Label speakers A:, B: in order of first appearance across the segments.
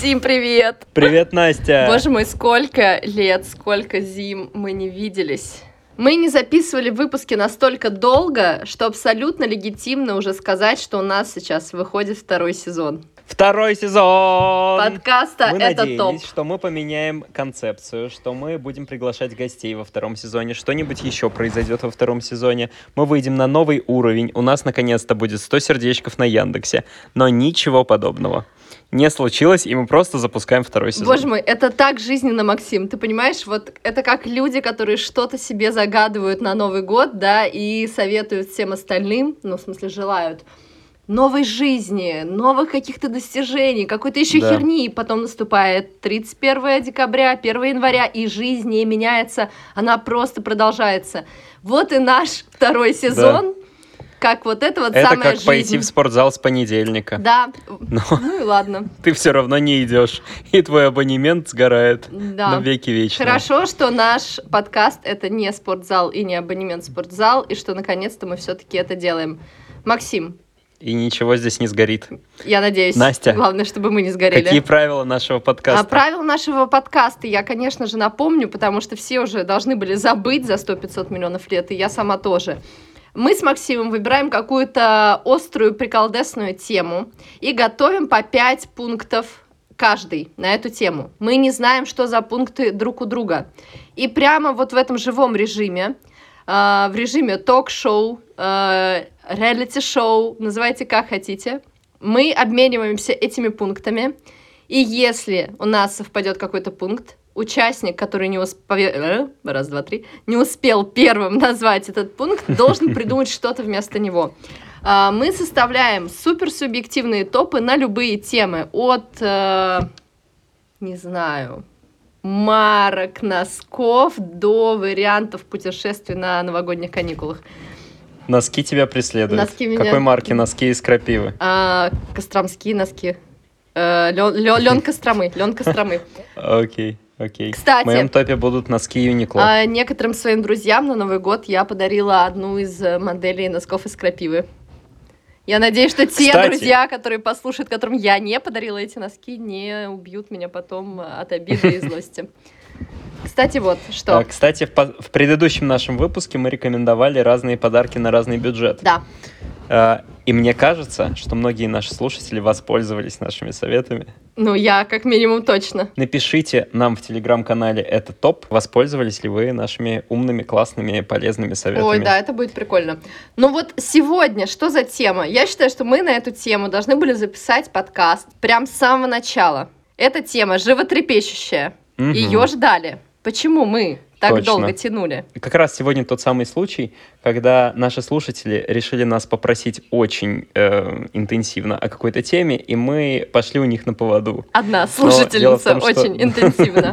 A: Максим, привет!
B: Привет, Настя!
A: Боже мой, сколько лет, сколько зим мы не виделись. Мы не записывали выпуски настолько долго, что абсолютно легитимно уже сказать, что у нас сейчас выходит второй сезон.
B: Второй сезон!
A: Подкаста
B: мы
A: «Это
B: надеялись,
A: топ».
B: что мы поменяем концепцию, что мы будем приглашать гостей во втором сезоне, что-нибудь еще произойдет во втором сезоне. Мы выйдем на новый уровень, у нас наконец-то будет 100 сердечков на Яндексе. Но ничего подобного не случилось, и мы просто запускаем второй сезон.
A: Боже мой, это так жизненно, Максим. Ты понимаешь, вот это как люди, которые что-то себе загадывают на Новый год, да, и советуют всем остальным, ну, в смысле, желают новой жизни, новых каких-то достижений, какой-то еще херни, и потом наступает 31 декабря, 1 января, и жизнь не меняется, она просто продолжается. Вот и наш второй сезон, как вот это вот самая жизнь.
B: Это как пойти в спортзал с понедельника.
A: Да,
B: Но
A: ну и ладно.
B: Ты все равно не идешь, и твой абонемент сгорает на веки вечные.
A: Хорошо, что наш подкаст — это не спортзал и не абонемент в спортзал, и что наконец-то мы все-таки это делаем. Максим.
B: И ничего здесь не сгорит.
A: Я надеюсь.
B: Настя,
A: главное, чтобы мы не сгорели.
B: Какие правила нашего подкаста?
A: Правила нашего подкаста я, конечно же, напомню, потому что все уже должны были забыть за 100-500 миллионов лет, и я сама тоже. Мы с Максимом выбираем какую-то острую, приколдесную тему и готовим по 5 пунктов каждый на эту тему. Мы не знаем, что за пункты друг у друга. И прямо вот в этом живом режиме, в режиме ток-шоу, реалити-шоу, называйте как хотите, мы обмениваемся этими пунктами. И если у нас совпадет какой-то пункт, участник, который не успел первым назвать этот пункт, должен придумать что-то вместо него. Мы составляем суперсубъективные топы на любые темы. От, не знаю, марок, носков до вариантов путешествий на новогодних каникулах.
B: Носки тебя преследуют.
A: Носки меня...
B: Какой марки носки из крапивы?
A: Костромские носки. Лен Костромы.
B: Окей.
A: Кстати,
B: в моем топе будут носки Юникло.
A: Некоторым своим друзьям на Новый год я подарила одну из моделей носков из крапивы. Я надеюсь, что те друзья, которые послушают, которым я не подарила эти носки, не убьют меня потом от обиды и злости. Кстати, вот что.
B: Кстати, в предыдущем нашем выпуске мы рекомендовали разные подарки на разный бюджет.
A: Да.
B: И мне кажется, что многие наши слушатели воспользовались нашими советами.
A: Ну, я как минимум точно.
B: Напишите нам в телеграм-канале «Это топ», воспользовались ли вы нашими умными, классными, полезными советами.
A: Ой, да, это будет прикольно. Ну вот сегодня что за тема? Я считаю, что мы на эту тему должны были записать подкаст прям с самого начала. Эта тема животрепещущая. Ее ждали. Почему мы так долго тянули?
B: Как раз сегодня тот самый случай, когда наши слушатели решили нас попросить очень интенсивно о какой-то теме, и мы пошли у них на поводу.
A: Одна слушательница очень интенсивно.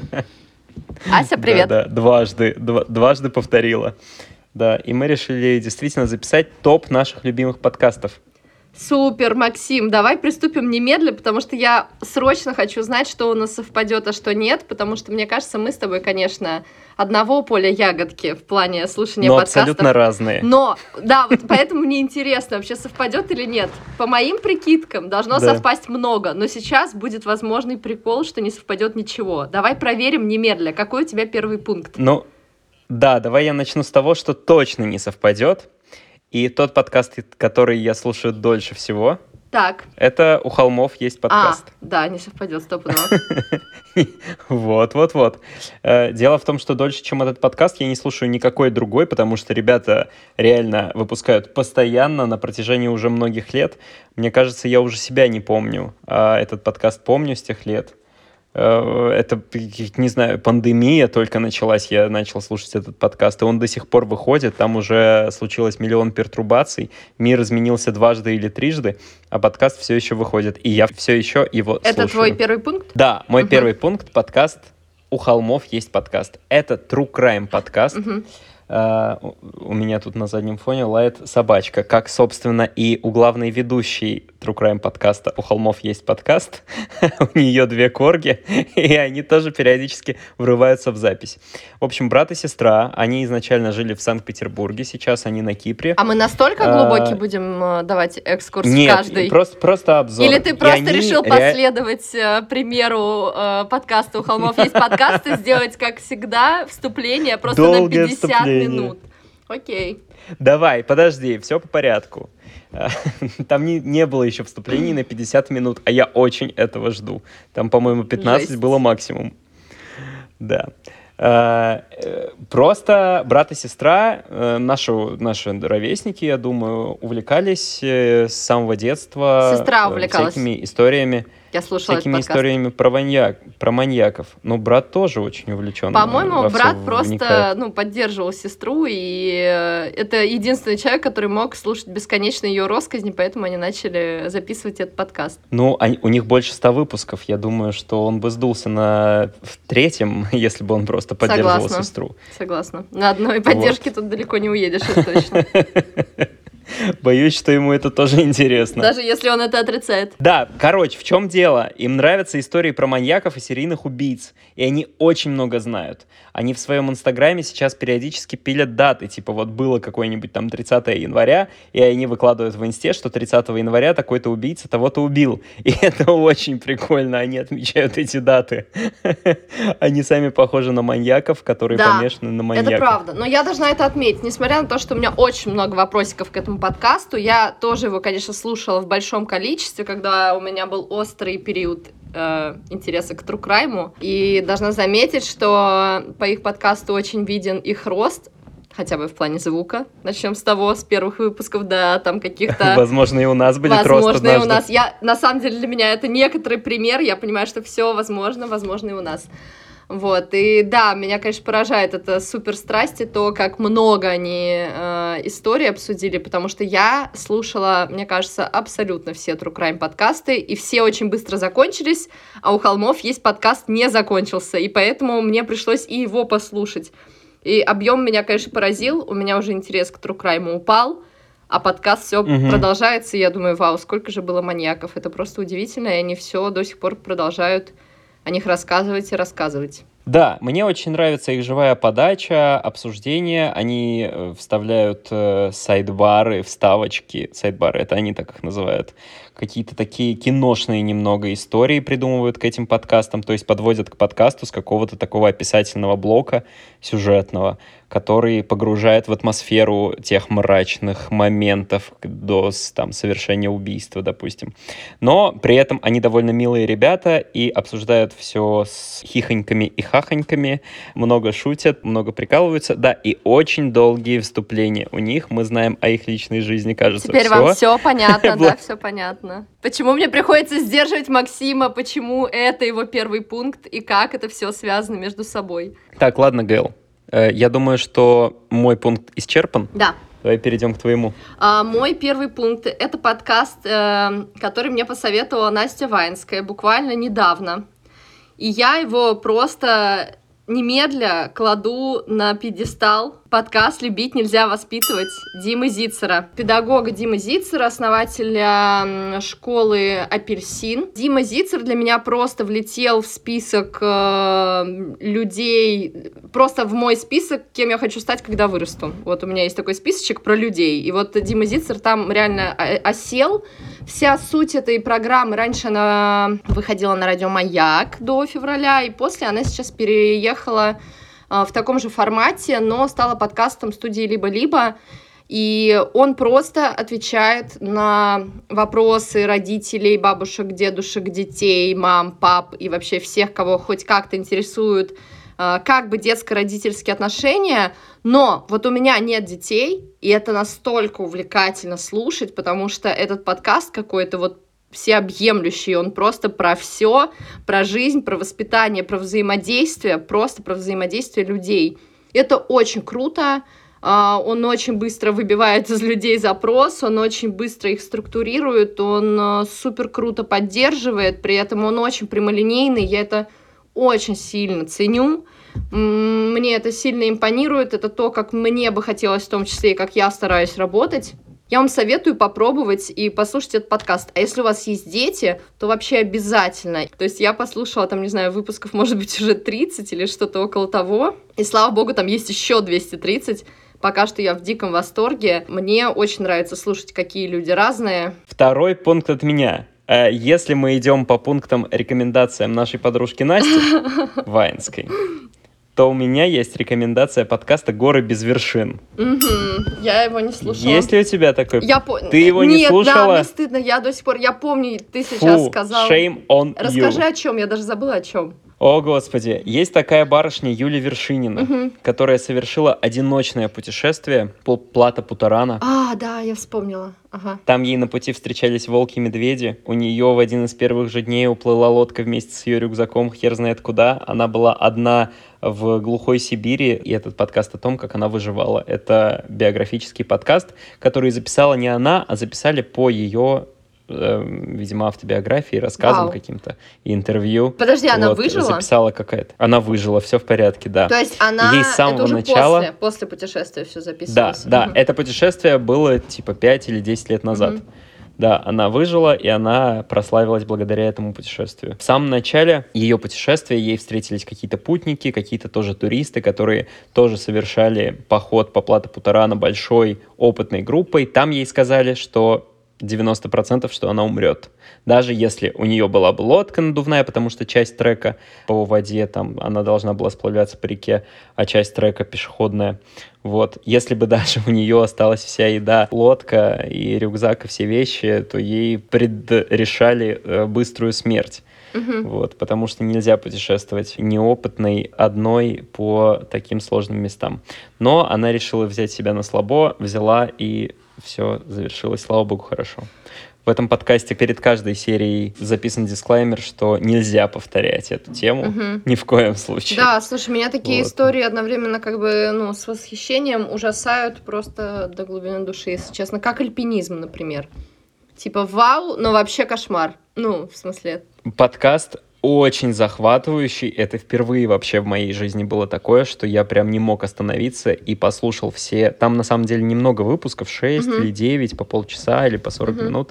A: Ася, привет.
B: Да, дважды повторила. Да, и мы решили действительно записать топ наших любимых подкастов.
A: Супер, Максим, давай приступим немедленно, потому что я срочно хочу знать, что у нас совпадет, а что нет, потому что, мне кажется, мы с тобой, конечно, одного поля ягодки в плане слушания подкастов.
B: Но абсолютно разные.
A: Но, да, вот поэтому мне интересно, вообще совпадет или нет. По моим прикидкам должно совпасть много, но сейчас будет возможный прикол, что не совпадет ничего. Давай проверим немедленно, какой у тебя первый пункт.
B: Ну, да, давай я начну с того, что точно не совпадет. И тот подкаст, который я слушаю дольше всего, это «У холмов есть подкаст».
A: Да, не совпадет, стопудово.
B: Вот. Дело в том, что дольше, чем этот подкаст, я не слушаю никакой другой, потому что ребята реально выпускают постоянно на протяжении уже многих лет. Мне кажется, я уже себя не помню, а этот подкаст помню с тех лет. Это, не знаю, пандемия только началась, я начал слушать этот подкаст, и он до сих пор выходит, там уже случилось миллион пертурбаций, мир изменился дважды или трижды, а подкаст все еще выходит, и я все еще его слушаю.
A: Это твой первый пункт?
B: Да, мой первый пункт, подкаст «У холмов есть подкаст». Это True Crime подкаст. У меня тут на заднем фоне лает собачка, как, собственно, и у главной ведущей True Crime подкаста «У холмов есть подкаст». У нее 2 корги, и они тоже периодически врываются в запись. В общем, брат и сестра, они изначально жили в Санкт-Петербурге, сейчас они на Кипре.
A: А мы настолько глубокий будем давать экскурс в каждый?
B: Нет, просто обзор.
A: Или ты просто решил последовать примеру подкаста «У холмов есть подкаст» и сделать, как всегда, вступление просто на 50 минут? Окей.
B: Давай, подожди, все по порядку. Там не было еще вступлений на 50 минут, а я очень этого жду. Там, по-моему, 15
A: Жесть.
B: было максимум. Да. Просто брат и сестра, наши ровесники, я думаю, увлекались с самого детства
A: Сестра увлекалась.
B: всякими историями.
A: Я слушала
B: Всякими историями про маньяков. Но брат тоже очень увлечен.
A: По-моему, брат просто поддерживал сестру, и это единственный человек, который мог слушать бесконечно ее россказни, поэтому они начали записывать этот подкаст.
B: Ну, у них больше 100 выпусков. Я думаю, что он бы сдулся в 3-м, если бы он просто поддерживал сестру.
A: Согласна. На одной поддержке тут далеко не уедешь, это точно.
B: Боюсь, что ему это тоже интересно.
A: Даже если он это отрицает.
B: Да, короче, в чем дело? Им нравятся истории про маньяков и серийных убийц, и они очень много знают. Они в своем инстаграме сейчас периодически пилят даты, типа вот было какое-нибудь там 30 января, и они выкладывают в инсте, что 30 января такой-то убийца того-то убил. И это очень прикольно, они отмечают эти даты. Они сами похожи на маньяков, которые помешаны на маньяках.
A: Это правда, но я должна это отметить, несмотря на то, что у меня очень много вопросиков к этому подкасту, я тоже его, конечно, слушала в большом количестве, когда у меня был острый период интереса к True Crime, и должна заметить, что по их подкасту очень виден их рост, хотя бы в плане звука. Начнем с того, с первых выпусков до там каких-то...
B: Возможно, и у нас будет рост однажды.
A: Возможно, и у нас. На самом деле, для меня это некоторый пример, я понимаю, что все возможно и у нас. Вот, и да, меня, конечно, поражает это супер страсти, то, как много они истории обсудили, потому что я слушала, мне кажется, абсолютно все True Crime подкасты, и все очень быстро закончились, а у холмов есть подкаст не закончился, и поэтому мне пришлось и его послушать. И объем меня, конечно, поразил, у меня уже интерес к True Crime упал, а подкаст все продолжается, и я думаю, вау, сколько же было маньяков, это просто удивительно, и они все до сих пор продолжают о них рассказывать и рассказывать.
B: Да, мне очень нравится их живая подача, обсуждение. Они вставляют сайдбары, вставочки. Сайдбары, это они так их называют. Какие-то такие киношные немного истории придумывают к этим подкастам, то есть подводят к подкасту с какого-то такого описательного блока сюжетного, который погружает в атмосферу тех мрачных моментов до там, совершения убийства, допустим. Но при этом они довольно милые ребята и обсуждают все с хихоньками и хахоньками, много шутят, много прикалываются, да, и очень долгие вступления у них. Мы знаем о их личной жизни, кажется,
A: теперь вам все понятно, да, все понятно. Почему мне приходится сдерживать Максима, почему это его первый пункт и как это все связано между собой.
B: Так, ладно, Гэл. Я думаю, что мой пункт исчерпан.
A: Да.
B: Давай перейдем к твоему.
A: Мой первый пункт — это подкаст, который мне посоветовала Настя Ваенская буквально недавно. И я его просто немедля кладу на пьедестал. Подкаст «Любить нельзя воспитывать» Димы Зицера. Педагога Димы Зицера, основателя школы «Апельсин». Дима Зицер для меня просто влетел в список людей, просто в мой список, кем я хочу стать, когда вырасту. Вот у меня есть такой списочек про людей. И вот Дима Зицер там реально осел. Вся суть этой программы, раньше она выходила на радио «Маяк» до февраля, и после она сейчас переехала в таком же формате, но стала подкастом студии «Либо-либо», и он просто отвечает на вопросы родителей, бабушек, дедушек, детей, мам, пап и вообще всех, кого хоть как-то интересуют как бы детско-родительские отношения, но вот у меня нет детей, и это настолько увлекательно слушать, потому что этот подкаст какой-то вот всеобъемлющий, он просто про все, про жизнь, про воспитание, про взаимодействие, просто про взаимодействие людей. Это очень круто, он очень быстро выбивает из людей запрос, он очень быстро их структурирует, он супер круто поддерживает, при этом он очень прямолинейный, я это очень сильно ценю, Мне это сильно импонирует, это то, как мне бы хотелось, в том числе, и как я стараюсь работать. Я вам советую попробовать и послушать этот подкаст. А если у вас есть дети, то вообще обязательно. То есть я послушала, там, не знаю, выпусков, может быть, уже 30 или что-то около того. И, слава богу, там есть еще 230. Пока что я в диком восторге. Мне очень нравится слушать, какие люди разные.
B: Второй пункт от меня. Если мы идем по пунктам рекомендациям нашей подружки Насти Ваенской, то у меня есть рекомендация подкаста «Горы без вершин».
A: Я его не слушала.
B: Есть ли у тебя такой? Ты его
A: Нет,
B: не слушала?
A: Да, мне стыдно, я до сих пор, я помню, ты сейчас сказал.
B: Shame on you.
A: Расскажи о чем, я даже забыла о чем.
B: О, Господи, есть такая барышня Юлия Вершинина, которая совершила одиночное путешествие по Плато Путарана.
A: Да, я вспомнила. Ага.
B: Там ей на пути встречались волки и медведи. У нее в один из первых же дней уплыла лодка вместе с ее рюкзаком, хер знает куда. Она была одна в глухой Сибири, и этот подкаст о том, как она выживала. Это биографический подкаст, который записала не она, а записали по ее... видимо, автобиографии, рассказам каким-то, и интервью.
A: Подожди, она выжила?
B: Записала какая-то. Она выжила, все в порядке, да.
A: То есть она...
B: Ей с самого
A: это уже
B: начала...
A: после путешествия все записывалось?
B: Да, это путешествие было типа 5 или 10 лет назад. Да, она выжила, и она прославилась благодаря этому путешествию. В самом начале ее путешествия ей встретились какие-то путники, какие-то тоже туристы, которые тоже совершали поход по Плато Путарана большой опытной группой. Там ей сказали, что 90%, что она умрет. Даже если у нее была бы лодка надувная, потому что часть трека по воде, там, она должна была сплавляться по реке, а часть трека пешеходная. Вот. Если бы даже у нее осталась вся еда, лодка и рюкзак и все вещи, то ей предрешали быструю смерть. Вот, потому что нельзя путешествовать неопытной одной по таким сложным местам. Но она решила взять себя на слабо, взяла, и все завершилось, слава богу, хорошо. В этом подкасте перед каждой серией записан дисклеймер, что нельзя повторять эту тему ни в коем случае.
A: Да, слушай, меня такие истории одновременно как бы, с восхищением ужасают просто до глубины души, если честно. Как альпинизм, например. Типа вау, но вообще кошмар. В смысле...
B: Подкаст очень захватывающий. Это впервые вообще в моей жизни было такое, что я прям не мог остановиться и послушал все. Там на самом деле немного выпусков, 6 или 9 по полчаса или по 40 минут.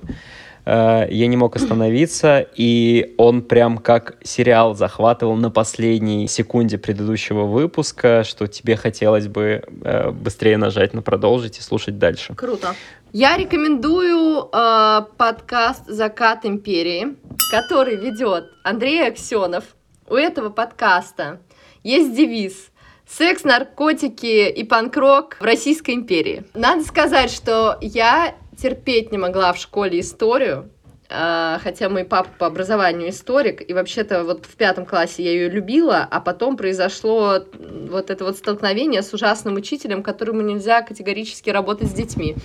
B: Я не мог остановиться, и он прям как сериал захватывал на последней секунде предыдущего выпуска, что тебе хотелось бы быстрее нажать на продолжить и слушать дальше.
A: Круто. Я рекомендую подкаст «Закат империи», который ведет Андрей Аксенов. У этого подкаста есть девиз «Секс, наркотики и панк-рок в Российской империи». Надо сказать, что я терпеть не могла в школе историю, хотя мой папа по образованию историк, и вообще-то вот в 5 классе я ее любила, а потом произошло вот это вот столкновение с ужасным учителем, которому нельзя категорически работать с детьми.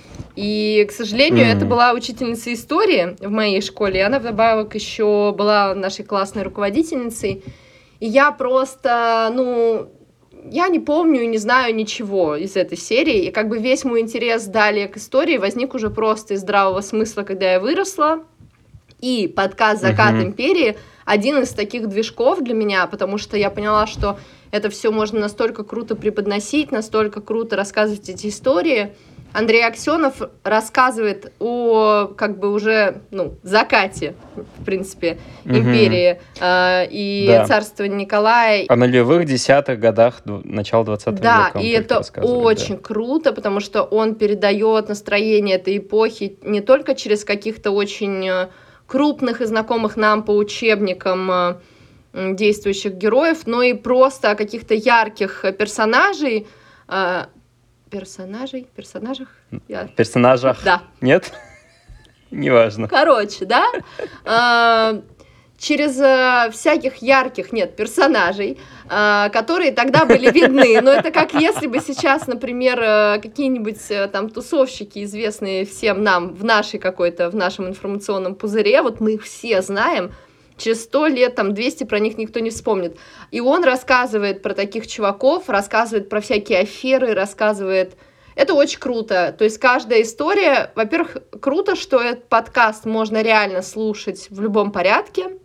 A: И, к сожалению, это была учительница истории в моей школе, и она вдобавок еще была нашей классной руководительницей. И я просто, я не помню и не знаю ничего из этой серии, и как бы весь мой интерес далее к истории возник уже просто из здравого смысла, когда я выросла. И подкаст «Закат империи» один из таких движков для меня, потому что я поняла, что это все можно настолько круто преподносить, настолько круто рассказывать эти истории. Андрей Аксенов рассказывает о, как бы уже, закате, в принципе, империи и царства Николая.
B: О нулевых десятых годах начала 20 века.
A: Да, и это очень круто, потому что он передает настроение этой эпохи не только через каких-то очень крупных и знакомых нам по учебникам действующих героев, но и просто о каких-то ярких персонажах?
B: Персонажах?
A: Да.
B: Нет? Неважно.
A: Короче, да? Через всяких ярких, персонажей, которые тогда были видны. Но это как если бы сейчас, например, какие-нибудь там тусовщики, известные всем нам в нашем информационном пузыре, вот мы их все знаем, через 100 лет, 200 про них никто не вспомнит. И он рассказывает про таких чуваков, рассказывает про всякие аферы, рассказывает... Это очень круто. То есть каждая история... Во-первых, круто, что этот подкаст можно реально слушать в любом порядке.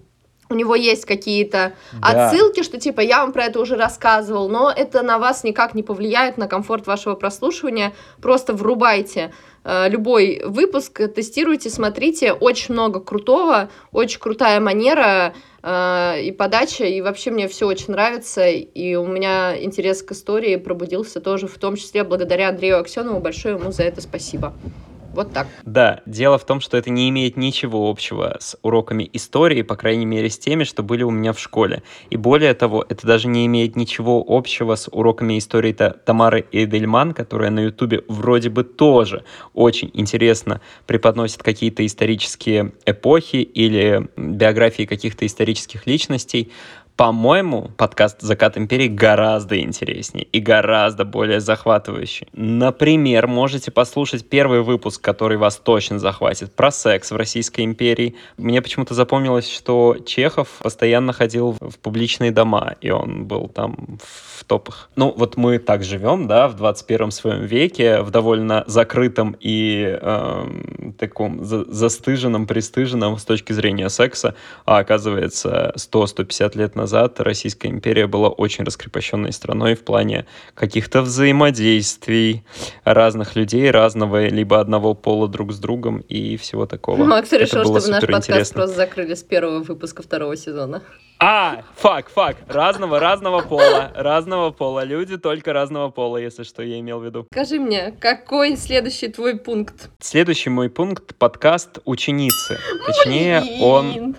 A: у него есть какие-то
B: Да.
A: отсылки, что типа я вам про это уже рассказывал, но это на вас никак не повлияет, на комфорт вашего прослушивания. Просто врубайте любой выпуск, тестируйте, смотрите. Очень много крутого, очень крутая манера и подача, и вообще мне все очень нравится, и у меня интерес к истории пробудился тоже, в том числе благодаря Андрею Аксенову. Большое ему за это спасибо. Вот так.
B: Да, дело в том, что это не имеет ничего общего с уроками истории, по крайней мере, с теми, что были у меня в школе. И более того, это даже не имеет ничего общего с уроками истории Тамары Эйдельман, которая на Ютубе вроде бы тоже очень интересно преподносит какие-то исторические эпохи или биографии каких-то исторических личностей. По-моему, подкаст «Закат империи» гораздо интереснее и гораздо более захватывающий. Например, можете послушать первый выпуск, который вас точно захватит, про секс в Российской империи. Мне почему-то запомнилось, что Чехов постоянно ходил в публичные дома, и он был там в топах. Ну, вот мы так живем, да, в 21 своем веке, в довольно закрытом и таком застыженном, пристыженном с точки зрения секса, а оказывается, 100-150 лет назад Российская империя была очень раскрепощенной страной в плане каких-то взаимодействий разных людей, разного либо одного пола друг с другом и всего такого.
A: Макс решил,
B: было
A: чтобы наш подкаст
B: суперинтересно.
A: просто закрыли с первого выпуска второго сезона.
B: Фак, разного пола, люди только разного пола, если что, я имел в виду.
A: Скажи мне, какой следующий твой пункт?
B: Следующий мой пункт — подкаст «Ученицы». Точнее, он...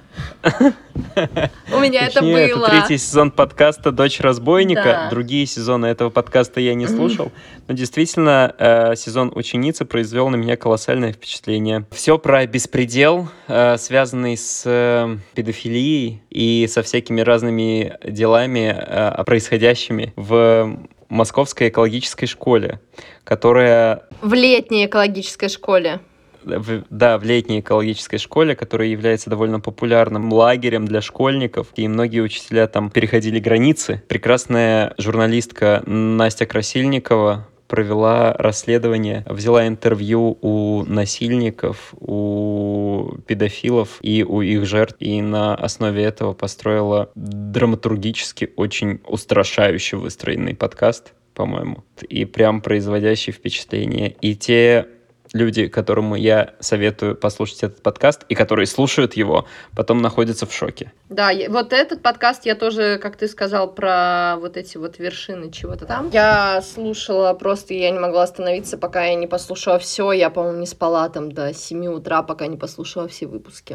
A: У меня это
B: Точнее,
A: было.
B: это 3-й сезон подкаста «Дочь разбойника».
A: Да.
B: Другие сезоны этого подкаста я не слушал. Но действительно, сезон «Ученицы» произвел на меня колоссальное впечатление. Все про беспредел, связанный с педофилией и со всякими разными делами, происходящими в Московской экологической школе, которая...
A: В летней экологической школе.
B: в летней экологической школе, которая является довольно популярным лагерем для школьников, и многие учителя там переходили границы. Прекрасная журналистка Настя Красильникова провела расследование, взяла интервью у насильников, у педофилов и у их жертв, и на основе этого построила драматургически очень устрашающе выстроенный подкаст, по-моему, и прям производящий впечатление. И те люди, которым я советую послушать этот подкаст, и которые слушают его, потом находятся в шоке.
A: Да, вот этот подкаст я тоже, как ты сказал, про вот эти вот вершины чего-то там. Я слушала просто, я не могла остановиться, пока я не послушала все. Я, по-моему, не спала там до 7 утра, пока не послушала все выпуски.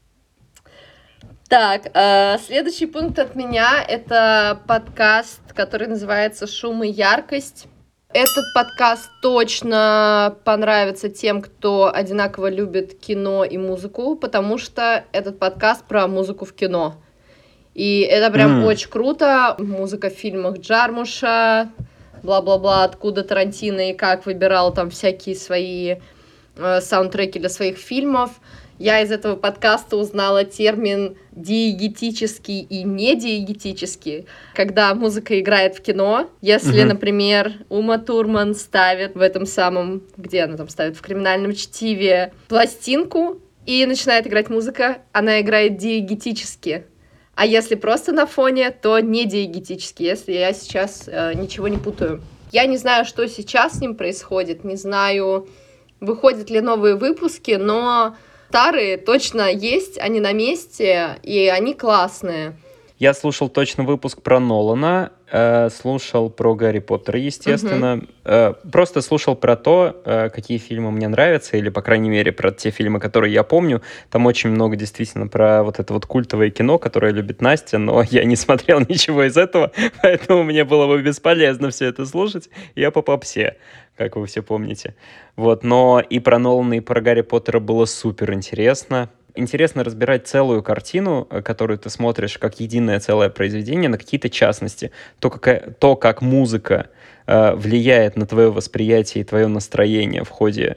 A: Так, следующий пункт от меня — это подкаст, который называется «Шум и яркость». Этот подкаст точно понравится тем, кто одинаково любит кино и музыку, потому что этот подкаст про музыку в кино. И это прям очень круто. Музыка в фильмах Джармуша, бла-бла-бла, откуда Тарантино и как выбирал там всякие свои саундтреки для своих фильмов. Я из этого подкаста узнала термин диегетический и недиегетический, когда музыка играет в кино. Если, например, Ума Турман ставит в этом самом, где она там ставит, в «Криминальном чтиве» пластинку, и начинает играть музыка, она играет диегетически. А если просто на фоне, то не диегетически, если я сейчас ничего не путаю. Я не знаю, что сейчас с ним происходит, не знаю, выходят ли новые выпуски, но старые точно есть, они на месте, и они классные.
B: Я слушал точно выпуск про Нолана, слушал про Гарри Поттера, естественно. Просто слушал про то, какие фильмы мне нравятся, или, по крайней мере, про те фильмы, которые я помню. Там очень много действительно про вот это вот культовое кино, которое любит Настя, но я не смотрел ничего из этого, поэтому мне было бы бесполезно все это слушать. Я по попсе, как вы все помните. Вот, но и про Нолана, и про Гарри Поттера было супер интересно. Интересно разбирать целую картину, которую ты смотришь как единое целое произведение, на какие-то частности. То, как музыка влияет на твое восприятие и твое настроение в ходе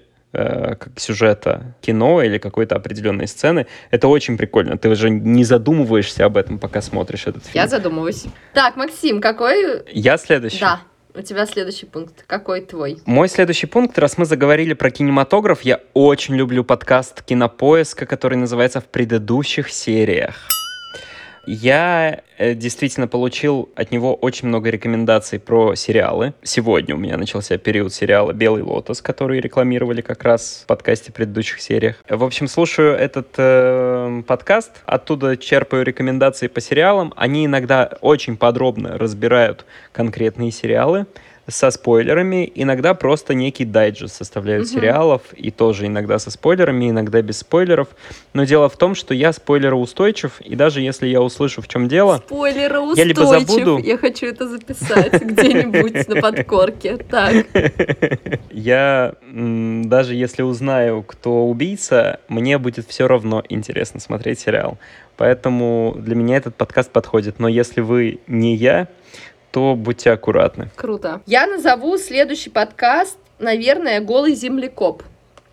B: сюжета кино или какой-то определенной сцены. Это очень прикольно. Ты уже не задумываешься об этом, пока смотришь этот фильм.
A: Я задумываюсь. Так, Максим, какой...
B: Я следующий?
A: Да. У тебя следующий пункт. Какой твой?
B: Мой следующий пункт, раз мы заговорили про кинематограф, я очень люблю подкаст «Кинопоиска», который называется «В предыдущих сериях». Я действительно получил от него очень много рекомендаций про сериалы. Сегодня у меня начался период сериала «Белый лотос», который рекламировали как раз в подкасте в предыдущих сериях. В общем, слушаю этот подкаст, оттуда черпаю рекомендации по сериалам. Они иногда очень подробно разбирают конкретные сериалы со спойлерами, иногда просто некий дайджест составляют сериалов, и тоже иногда со спойлерами, иногда без спойлеров. Но дело в том, что я спойлероустойчив, и даже если я услышу, в чем дело,
A: Спойлероустойчив.
B: я либо забуду...
A: Я хочу это записать где-нибудь на подкорке. Так.
B: Я даже если узнаю, кто убийца, мне будет все равно интересно смотреть сериал. Поэтому для меня этот подкаст подходит. Но если вы не я, то будьте аккуратны.
A: Круто. Я назову следующий подкаст, наверное, «Голый землекоп».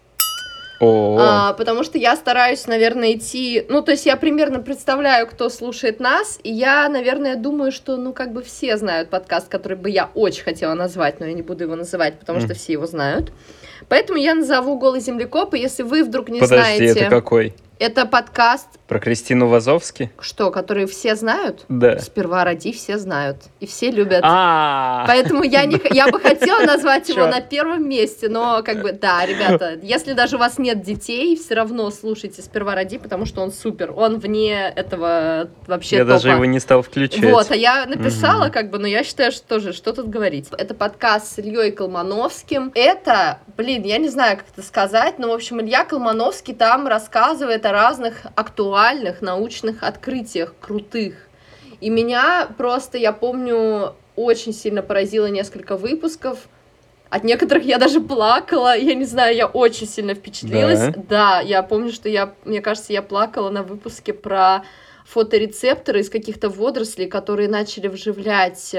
A: Потому что я стараюсь, наверное, идти... Ну, то есть я примерно представляю, кто слушает нас, и я, наверное, думаю, что, ну, как бы все знают подкаст, который бы я очень хотела назвать, но я не буду его называть, потому что все его знают. Поэтому я назову «Голый землекоп», и если вы вдруг не знаете...
B: Подожди, это какой?
A: Это подкаст...
B: Про Кристину Вазовски?
A: Что, который все знают?
B: Да.
A: «Сперва роди» все знают. И все любят. Поэтому я бы хотела назвать его на первом месте, но как бы, да, ребята, если даже у вас нет детей, все равно слушайте «Сперва роди», потому что он супер. Он вне этого вообще
B: я
A: топа.
B: Я даже его не стал включать.
A: Вот, а я написала, как бы, но я считаю, что тоже, что тут говорить. Это подкаст с Ильей Колмановским. Это, я не знаю, как это сказать, но, в общем, Илья Колмановский там рассказывает о разных актуальных научных открытиях, крутых. И меня просто, я помню, очень сильно поразило несколько выпусков. От некоторых я даже плакала, я не знаю, я очень сильно впечатлилась. Да, я помню, что мне кажется, я плакала на выпуске про фоторецепторы из каких-то водорослей, которые начали вживлять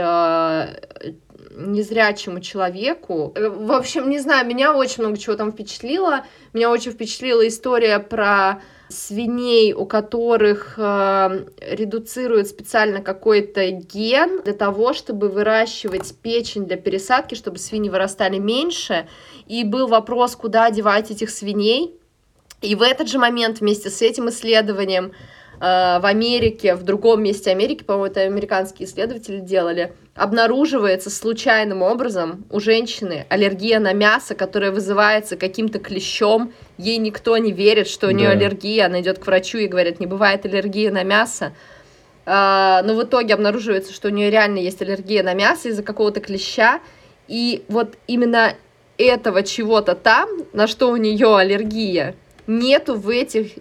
A: незрячему человеку. В общем, не знаю, меня очень много чего там впечатлило. Меня очень впечатлила история про свиней, у которых редуцируют специально какой-то ген для того, чтобы выращивать печень для пересадки, чтобы свиньи вырастали меньше. И был вопрос, куда девать этих свиней. И в этот же момент вместе с этим исследованием в Америке, в другом месте Америки, по-моему, это американские исследователи делали, обнаруживается случайным образом у женщины аллергия на мясо, которая вызывается каким-то клещом. Ей никто не верит, что у нее аллергия. Она идет к врачу и говорит, не бывает аллергии на мясо. Но в итоге обнаруживается, что у нее реально есть аллергия на мясо из-за какого-то клеща. И вот именно этого чего-то там, на что у нее аллергия, нету в этих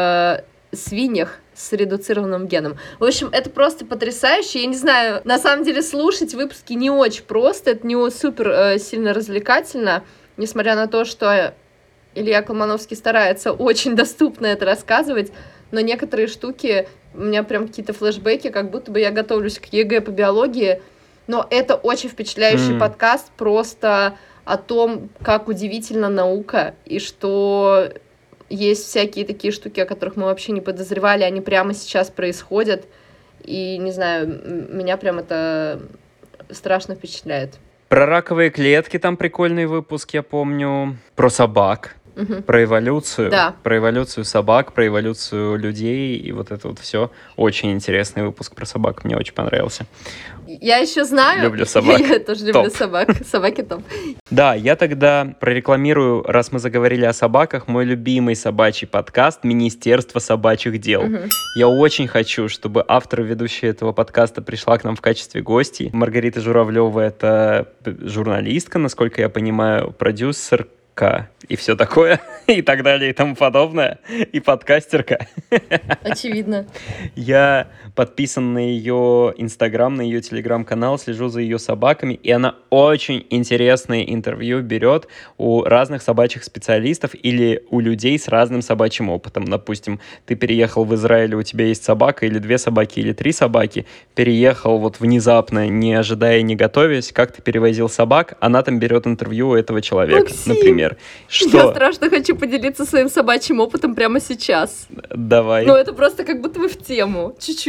A: свиньях с редуцированным геном. В общем, это просто потрясающе. Я не знаю, на самом деле слушать выпуски не очень просто, это не супер сильно развлекательно, несмотря на то, что Илья Колмановский старается очень доступно это рассказывать, но некоторые штуки, у меня прям какие-то флешбеки, как будто бы я готовлюсь к ЕГЭ по биологии, но это очень впечатляющий подкаст просто о том, как удивительна наука, и что есть всякие такие штуки, о которых мы вообще не подозревали, они прямо сейчас происходят, и, не знаю, меня прям это страшно впечатляет.
B: Про раковые клетки там прикольный выпуск, я помню, про собак. Про эволюцию, про эволюцию собак, про эволюцию людей и вот это вот все. Очень интересный выпуск про собак, мне очень понравился.
A: Я еще знаю.
B: Люблю собак.
A: Я тоже люблю собак. Собаки топ.
B: Да, я тогда прорекламирую, раз мы заговорили о собаках, мой любимый собачий подкаст «Министерство собачьих дел». Я очень хочу, чтобы автор и ведущая этого подкаста пришла к нам в качестве гостей. Маргарита Журавлева — это журналистка, насколько я понимаю, продюсерка и все такое, и так далее, и тому подобное, и подкастерка.
A: Очевидно.
B: Я подписан на ее Инстаграм, на ее Телеграм-канал, слежу за ее собаками, и она очень интересные интервью берет у разных собачьих специалистов или у людей с разным собачьим опытом. Допустим, ты переехал в Израиль, у тебя есть собака или 2 собаки, или 3 собаки, переехал вот внезапно, не ожидая, не готовясь, как ты перевозил собак, она там берет интервью у этого человека,
A: Максим,
B: например. Что?
A: Я страшно хочу поделиться своим собачьим опытом прямо сейчас.
B: Давай.
A: Ну, это просто как будто бы в тему, чуть-чуть.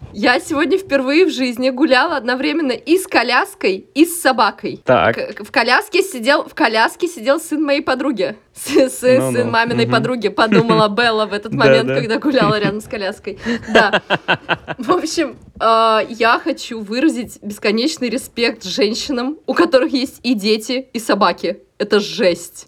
A: Я сегодня впервые в жизни гуляла одновременно и с коляской, и с собакой.
B: Так.
A: В коляске сидел сын моей подруги. Сын маминой подруги, подумала Белла в этот момент, когда гуляла рядом с коляской. Да. В общем, я хочу выразить бесконечный респект женщинам, у которых есть и дети, и собаки. Это жесть.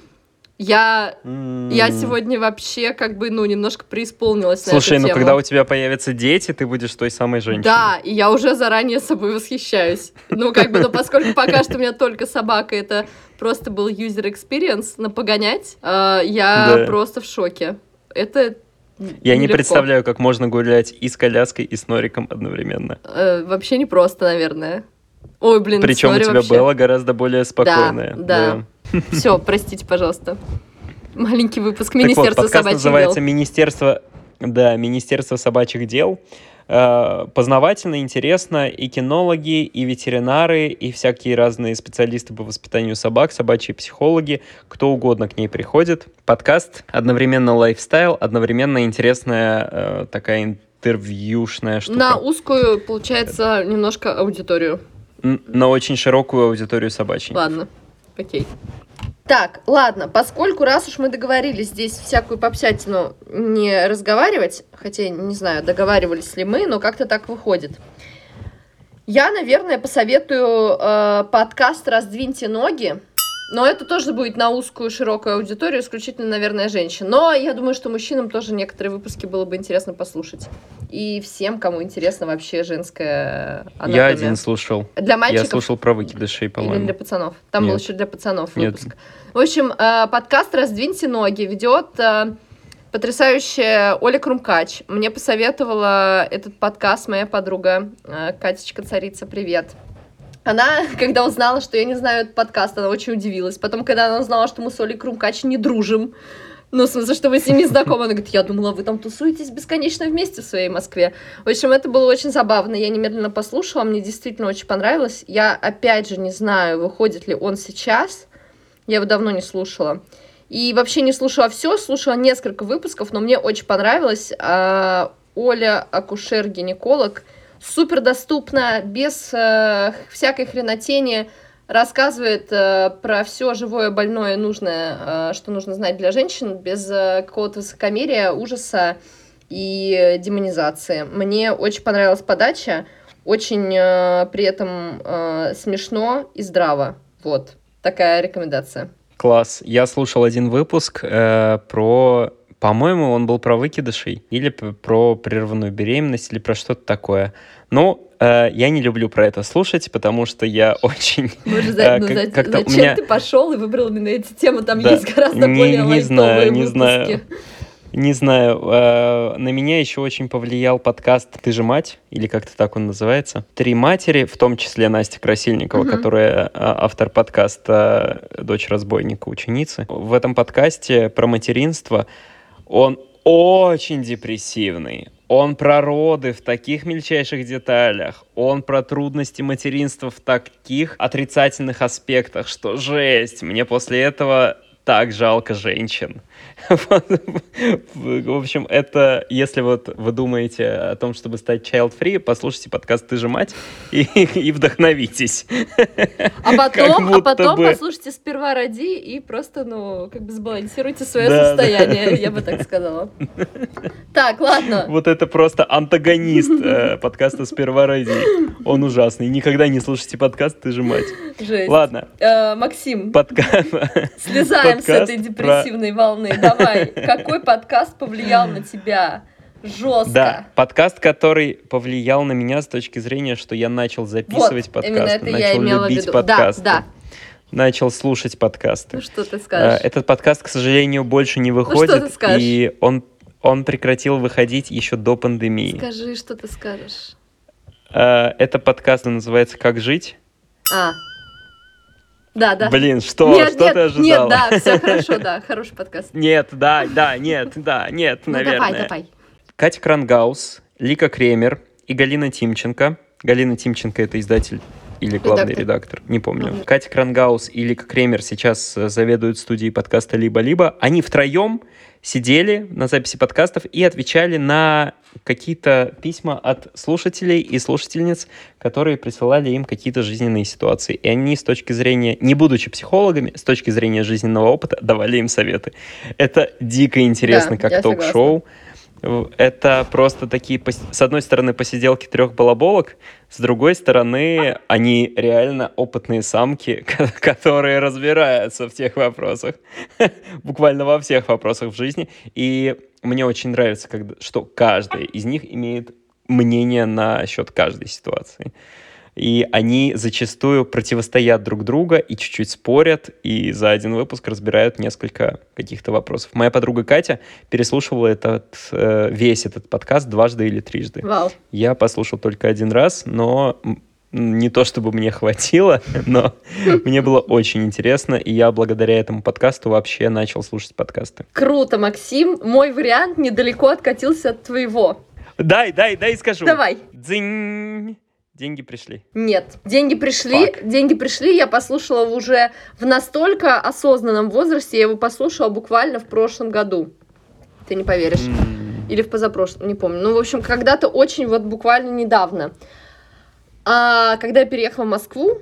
A: Я сегодня вообще немножко преисполнилась на эту тему.
B: Слушай, когда у тебя появятся дети, ты будешь той самой женщиной.
A: Да, и я уже заранее собой восхищаюсь. Но поскольку пока что у меня только собака, это просто был user experience на погонять, я просто в шоке. Это
B: я не представляю, как можно гулять и с коляской, и с Нориком одновременно.
A: Вообще непросто, наверное. Ой, блин,
B: причем у тебя
A: вообще...
B: Белла гораздо более спокойная.
A: Да. Все, простите, пожалуйста. Маленький выпуск Министерства собачьих дел.
B: Называется Министерство собачьих дел. Познавательно, интересно. И кинологи, и ветеринары, и всякие разные специалисты по воспитанию собак, собачьи психологи, кто угодно к ней приходит. Подкаст одновременно лайфстайл, одновременно интересная такая интервьюшная штука.
A: На узкую, получается, немножко аудиторию.
B: На очень широкую аудиторию собачьей.
A: Ладно, окей. Так, ладно, поскольку раз уж мы договорились здесь всякую попсятину не разговаривать, хотя не знаю, договаривались ли мы, но как-то так выходит. Я, наверное, посоветую подкаст «Раздвиньте ноги», но это тоже будет на узкую, широкую аудиторию, исключительно, наверное, женщин. Но я думаю, что мужчинам тоже некоторые выпуски было бы интересно послушать. И всем, кому интересно вообще женская анатомия.
B: Я один слушал.
A: Для мальчиков?
B: Я слушал про выкидышей, по-моему.
A: Или для пацанов? Там
B: Нет.
A: был еще для пацанов выпуск.
B: Нет.
A: В общем, подкаст «Раздвиньте ноги» ведет потрясающая Оля Крумкач. Мне посоветовала этот подкаст моя подруга Катечка Царица. Привет. Она, когда узнала, что я не знаю этот подкаст, она очень удивилась. Потом, когда она узнала, что мы с Олей Крумкач не дружим, ну, в смысле, что вы с ним не знакомы, она говорит, я думала, вы там тусуетесь бесконечно вместе в своей Москве. В общем, это было очень забавно. Я немедленно послушала, мне действительно очень понравилось. Я, опять же, не знаю, выходит ли он сейчас. Я его давно не слушала. И вообще не слушала все, слушала несколько выпусков, но мне очень понравилось. Оля акушер-гинеколог. Супер доступно, без всякой хренотени, рассказывает про все живое, больное, нужное, что нужно знать для женщин, без какого-то высокомерия, ужаса и демонизации. Мне очень понравилась подача, очень при этом смешно и здраво. Вот, такая рекомендация.
B: Класс. Я слушал один выпуск про... По-моему, он был про выкидышей, или про прерванную беременность, или про что-то такое. Ну, я не люблю про это слушать, потому что я очень...
A: Зачем ты пошел и выбрал именно эти темы? Там есть гораздо более лайтовые выпуски.
B: Не знаю. На меня еще очень повлиял подкаст «Ты же мать», или как-то так он называется. 3 матери, в том числе Настя Красильникова, которая автор подкаста «Дочь разбойника, ученицы». В этом подкасте про материнство он очень депрессивный. Он про роды в таких мельчайших деталях. Он про трудности материнства в таких отрицательных аспектах, что жесть. Мне после этого так жалко женщин. В общем, это, если вот вы думаете о том, чтобы стать child-free, послушайте подкаст «Ты же мать» и вдохновитесь.
A: А потом послушайте «Сперва роди» и просто, сбалансируйте свое состояние, я бы так сказала. Так, ладно.
B: Вот это просто антагонист подкаста «Сперва роди». Он ужасный. Никогда не слушайте подкаст «Ты же мать».
A: Жесть.
B: Ладно.
A: Максим, слезаем с этой депрессивной волны. Давай, какой подкаст повлиял на тебя жестко?
B: Да, подкаст, который повлиял на меня с точки зрения, что я начал записывать подкасты, начал любить подкасты. Да. Начал слушать подкасты.
A: Ну что ты скажешь?
B: Этот подкаст, к сожалению, больше не выходит,
A: что ты скажешь?
B: И он прекратил выходить еще до пандемии.
A: Скажи, что ты скажешь.
B: Это подкаст называется «Как жить».
A: Да.
B: Блин, что ты ожидала?
A: Нет, да, все хорошо, да, хороший подкаст.
B: Нет, нет, наверное.
A: Давай.
B: Катя Крангаус, Лика Кремер и Галина Тимченко. Галина Тимченко — это или главный редактор, не помню. Катя Крангаус и Лика Кремер сейчас заведуют студией подкаста «Либо-либо». Они втроем сидели на записи подкастов и отвечали на какие-то письма от слушателей и слушательниц, которые присылали им какие-то жизненные ситуации. И они с точки зрения, не будучи психологами, с точки зрения жизненного опыта, давали им советы. Это дико интересно, как ток-шоу. Это просто такие, с одной стороны, посиделки трех балаболок, с другой стороны, они реально опытные самки, которые разбираются в тех вопросах, буквально во всех вопросах в жизни. И мне очень нравится, что каждый из них имеет мнение насчет каждой ситуации. И они зачастую противостоят друг другу и чуть-чуть спорят, и за один выпуск разбирают несколько каких-то вопросов. Моя подруга Катя переслушивала весь этот подкаст дважды или трижды.
A: Вау.
B: Я послушал только один раз, но не то чтобы мне хватило, но мне было очень интересно, и я благодаря этому подкасту вообще начал слушать подкасты.
A: Круто, Максим. Мой вариант недалеко откатился от твоего.
B: Дай, скажу.
A: Давай.
B: Дзинь. Деньги пришли.
A: Нет, деньги пришли, я послушала уже в настолько осознанном возрасте, я его послушала буквально в прошлом году. Ты не поверишь. Или в позапрошлом, не помню. Ну, в общем, когда-то очень буквально недавно. А когда я переехала в Москву,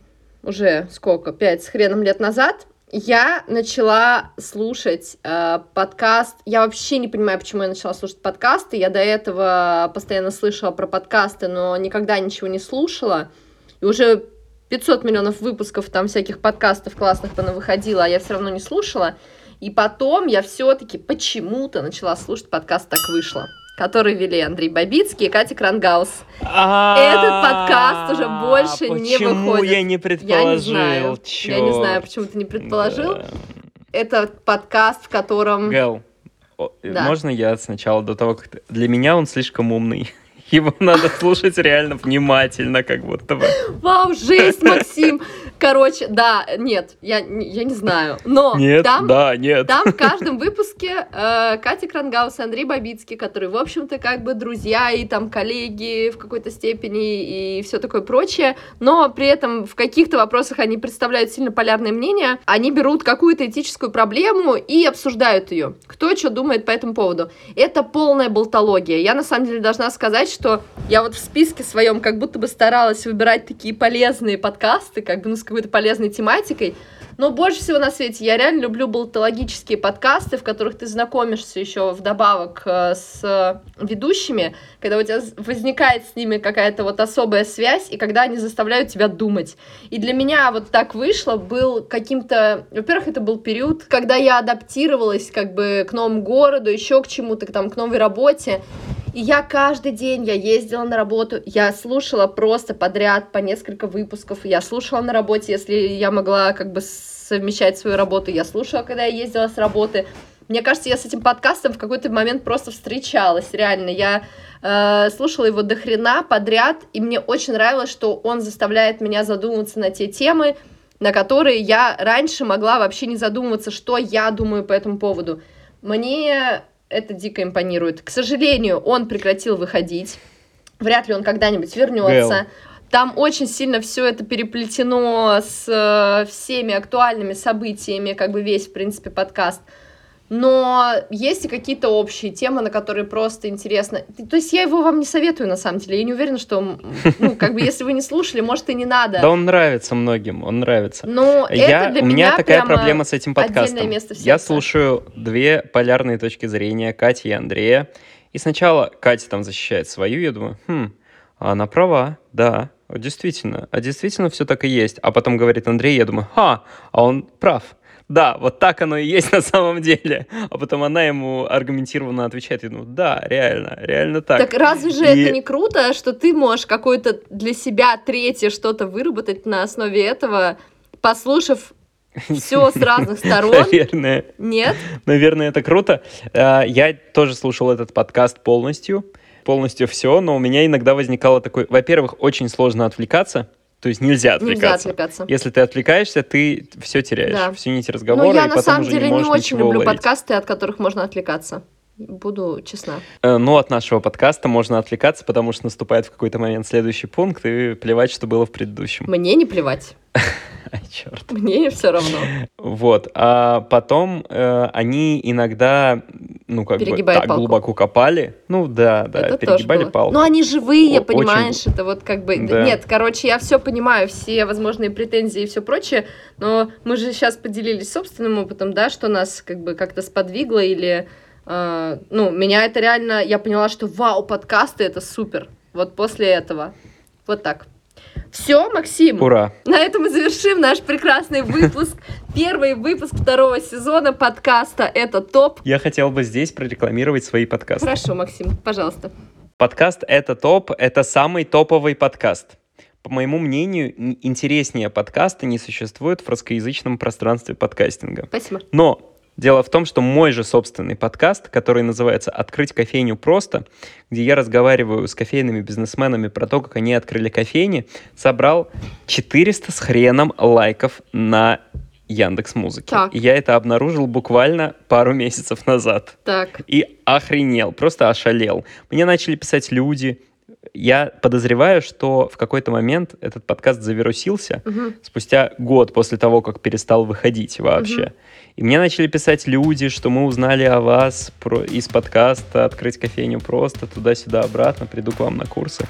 A: уже 5 с хреном лет назад, я начала слушать подкаст. Я вообще не понимаю, почему я начала слушать подкасты. Я до этого постоянно слышала про подкасты, но никогда ничего не слушала. И уже 500 миллионов выпусков там всяких подкастов классных выходило, а я все равно не слушала. И потом я все-таки почему-то начала слушать подкаст «Так вышло», который вели Андрей Бабицкий и Катя Крангаус. Этот подкаст уже больше не выходит.
B: Почему я не предположил?
A: Я не знаю, почему ты не предположил. Это подкаст, в котором...
B: Гэл, можно я сначала до того, как... Для меня он слишком умный. Его надо слушать реально внимательно, как будто бы.
A: Вау, жесть, Максим! Короче, да, нет, я не знаю. Но
B: нет,
A: там
B: в
A: каждом выпуске Катя Крангаус и Андрей Бабицкий, которые, в общем-то, как бы друзья и там коллеги в какой-то степени и все такое прочее, но при этом в каких-то вопросах они представляют сильно полярное мнение, они берут какую-то этическую проблему и обсуждают ее. Кто что думает по этому поводу. Это полная болтология. Я, на самом деле, должна сказать, что я вот в списке своем как будто бы старалась выбирать такие полезные подкасты, как бы, с какой-то полезной тематикой, но больше всего на свете я реально люблю болтологические подкасты, в которых ты знакомишься еще вдобавок с ведущими, когда у тебя возникает с ними какая-то вот особая связь, и когда они заставляют тебя думать. И для меня вот так вышло, был каким-то... Во-первых, это был период, когда я адаптировалась как бы к новому городу, еще к чему-то, там, к новой работе. И я каждый день, я ездила на работу, я слушала просто подряд по несколько выпусков, я слушала на работе, если я могла как бы совмещать свою работу, я слушала, когда я ездила с работы. Мне кажется, я с этим подкастом в какой-то момент просто встречалась, реально. Я слушала его до хрена подряд, и мне очень нравилось, что он заставляет меня задумываться на те темы, на которые я раньше могла вообще не задумываться, что я думаю по этому поводу. Мне... это дико импонирует. К сожалению, он прекратил выходить. Вряд ли он когда-нибудь вернется. Там очень сильно все это переплетено с всеми актуальными событиями, как бы весь, в принципе, подкаст. Но есть и какие-то общие темы, на которые просто интересно. То есть я его вам не советую, на самом деле. Я не уверена, что, как бы, если вы не слушали, может, и не надо.
B: Да, он нравится многим, он нравится.
A: Но это для
B: у меня такая проблема с этим подкастом.
A: Место в сердце.
B: Я слушаю две полярные точки зрения, Кати и Андрея. И сначала Катя там защищает свою, я думаю, она права, да, действительно все так и есть. А потом говорит Андрей, я думаю, а он прав. Да, вот так оно и есть на самом деле. А потом она ему аргументированно отвечает. Я думаю, да, реально так.
A: Так разве же это не круто, что ты можешь какое-то для себя третье что-то выработать на основе этого, послушав все с разных сторон?
B: Наверное.
A: Нет?
B: Наверное, это круто. Я тоже слушал этот подкаст полностью все, но у меня иногда возникало такое... Во-первых, очень сложно отвлекаться. То есть нельзя отвлекаться. Если ты отвлекаешься, ты все теряешь, всю нить разговора,
A: я
B: и потом уже не можешь ничего уловить.
A: Но я на самом деле не очень люблю подкасты, от которых можно отвлекаться. Буду честна.
B: Ну, от нашего подкаста можно отвлекаться, потому что наступает в какой-то момент следующий пункт, и плевать, что было в предыдущем.
A: Мне не плевать.
B: Ай, черт.
A: Мне все равно.
B: Вот. А потом они иногда, ну, как бы
A: Перегибают
B: так
A: палку.
B: глубоко копали. Ну, да,
A: Это тоже
B: перегибали
A: было.
B: палку.
A: Ну, они живые,
B: Очень
A: понимаешь, это вот как бы...
B: Да.
A: Нет, короче, я все понимаю, все возможные претензии и все прочее, но мы же сейчас поделились собственным опытом, да, что нас как бы как-то сподвигло или... ну, меня это реально... Я поняла, что вау, подкасты — это супер. Вот после этого. Вот так. Все, Максим.
B: Ура.
A: На этом мы завершим наш прекрасный выпуск. Первый выпуск 2 сезона подкаста «Это топ».
B: Я хотел бы здесь прорекламировать свои подкасты.
A: Хорошо, Максим, пожалуйста.
B: Подкаст «Это топ» — это самый топовый подкаст. По моему мнению, интереснее подкаста не существует в русскоязычном пространстве подкастинга.
A: Спасибо.
B: Но дело в том, что мой же собственный подкаст, который называется «Открыть кофейню просто», где я разговариваю с кофейными бизнесменами про то, как они открыли кофейни, собрал 400 с хреном лайков на Яндекс.Музыке.
A: Так.
B: И я это обнаружил буквально пару месяцев назад.
A: Так.
B: И охренел, просто ошалел. Мне начали писать люди. Я подозреваю, что в какой-то момент этот подкаст завирусился спустя год после того, как перестал выходить вообще. И мне начали писать люди, что мы узнали о вас из подкаста «Открыть кофейню просто», туда-сюда, обратно, приду к вам на курсы.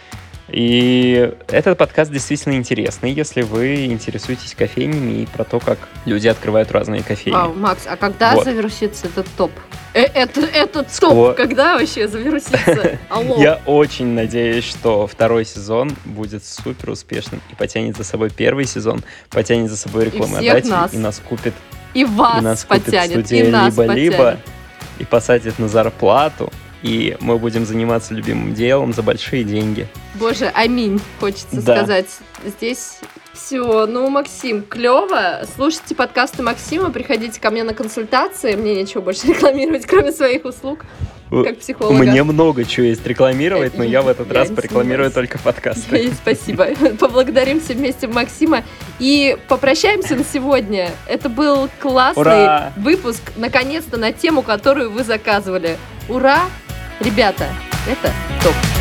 B: И этот подкаст действительно интересный, если вы интересуетесь кофейнями и про то, как люди открывают разные кофейни.
A: Вау, Макс, а когда
B: Вот.
A: завирусится этот топ? Этот топ когда вообще завирусится? Алло.
B: Я очень надеюсь, что 2 сезон будет супер успешным и потянет за собой 1 сезон, потянет за собой рекламодателей
A: нас.
B: и нас купит,
A: И вас
B: и нас купит
A: потянет,
B: студия
A: и нас
B: либо-либо
A: потянет.
B: и посадит на зарплату, и мы будем заниматься любимым делом за большие деньги.
A: Боже, аминь, хочется
B: Да.
A: сказать. Здесь все. Ну, Максим, клево. Слушайте подкасты Максима, приходите ко мне на консультации. Мне нечего больше рекламировать, кроме своих услуг, как психолога.
B: Мне много чего есть рекламировать, но я в этот
A: Я
B: раз
A: не
B: порекламирую
A: сомневаюсь.
B: только подкасты.
A: И спасибо. Поблагодарим все вместе Максима. И попрощаемся на сегодня. Это был классный
B: Ура!
A: выпуск, наконец-то, на тему, которую вы заказывали. Ура! Ребята, это топ.